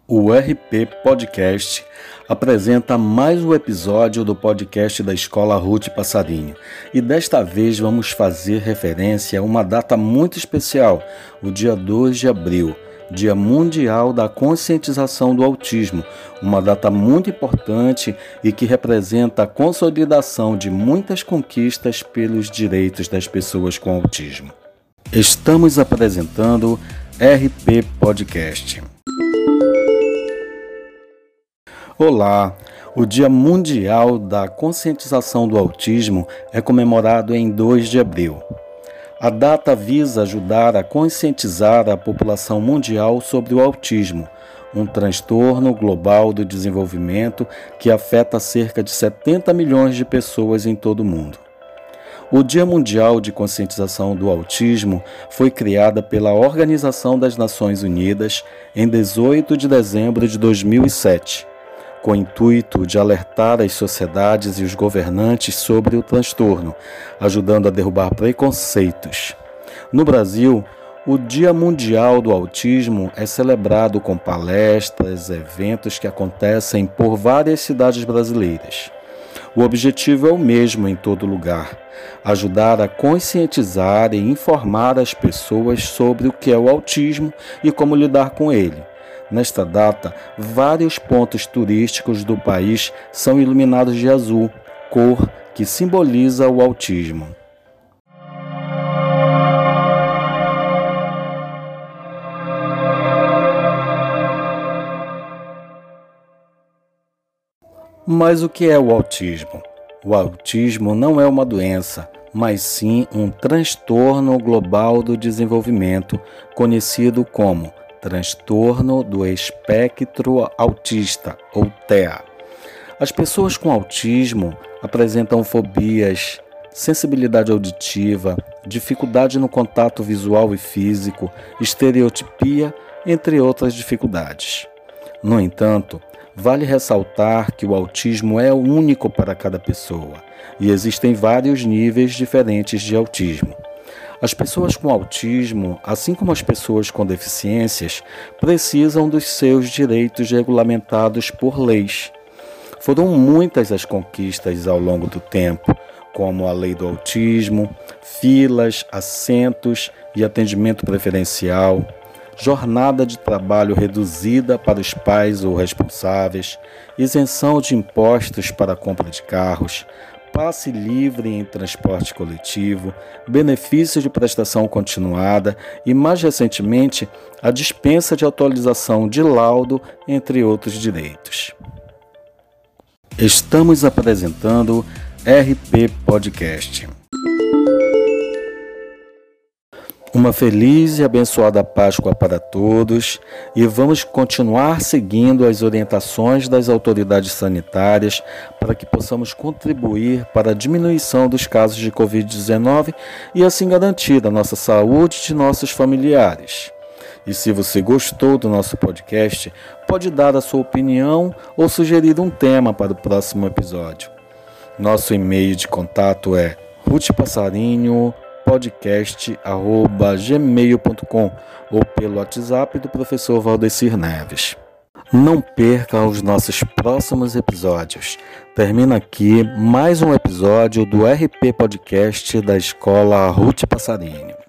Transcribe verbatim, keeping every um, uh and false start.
O R P Podcast apresenta mais um episódio do podcast da Escola Ruth Passarinho e desta vez vamos fazer referência a uma data muito especial, o dia dois de abril, Dia Mundial da Conscientização do Autismo, uma data muito importante e que representa a consolidação de muitas conquistas pelos direitos das pessoas com autismo. Estamos apresentando R P Podcast. Olá! O Dia Mundial da Conscientização do Autismo é comemorado em dois de abril. A data visa ajudar a conscientizar a população mundial sobre o autismo, um transtorno global do desenvolvimento que afeta cerca de setenta milhões de pessoas em todo o mundo. O Dia Mundial de Conscientização do Autismo foi criada pela Organização das Nações Unidas em dezoito de dezembro de dois mil e sete. Com o intuito de alertar as sociedades e os governantes sobre o transtorno, ajudando a derrubar preconceitos. No Brasil, o Dia Mundial do Autismo é celebrado com palestras, eventos que acontecem por várias cidades brasileiras. O objetivo é o mesmo em todo lugar: ajudar a conscientizar e informar as pessoas sobre o que é o autismo e como lidar com ele. Nesta data, vários pontos turísticos do país são iluminados de azul, cor que simboliza o autismo. Mas o que é o autismo? O autismo não é uma doença, mas sim um transtorno global do desenvolvimento, conhecido como transtorno do espectro autista, ou T E A. As pessoas com autismo apresentam fobias, sensibilidade auditiva, dificuldade no contato visual e físico, estereotipia, entre outras dificuldades. No entanto, vale ressaltar que o autismo é único para cada pessoa e existem vários níveis diferentes de autismo. As pessoas com autismo, assim como as pessoas com deficiências, precisam dos seus direitos regulamentados por leis. Foram muitas as conquistas ao longo do tempo, como a Lei do Autismo, filas, assentos e atendimento preferencial, jornada de trabalho reduzida para os pais ou responsáveis, isenção de impostos para a compra de carros, passe livre em transporte coletivo, benefício de prestação continuada e, mais recentemente, a dispensa de atualização de laudo, entre outros direitos. Estamos apresentando R P Podcast. Uma feliz e abençoada Páscoa para todos e vamos continuar seguindo as orientações das autoridades sanitárias para que possamos contribuir para a diminuição dos casos de covid dezenove e assim garantir a nossa saúde e de nossos familiares. E se você gostou do nosso podcast, pode dar a sua opinião ou sugerir um tema para o próximo episódio. Nosso e-mail de contato é ruthpassarinho podcast arroba gmail ponto com ou pelo WhatsApp do professor Valdecir Neves. Não perca os nossos próximos episódios. Termina aqui mais um episódio do R P Podcast da Escola Ruth Passarinho.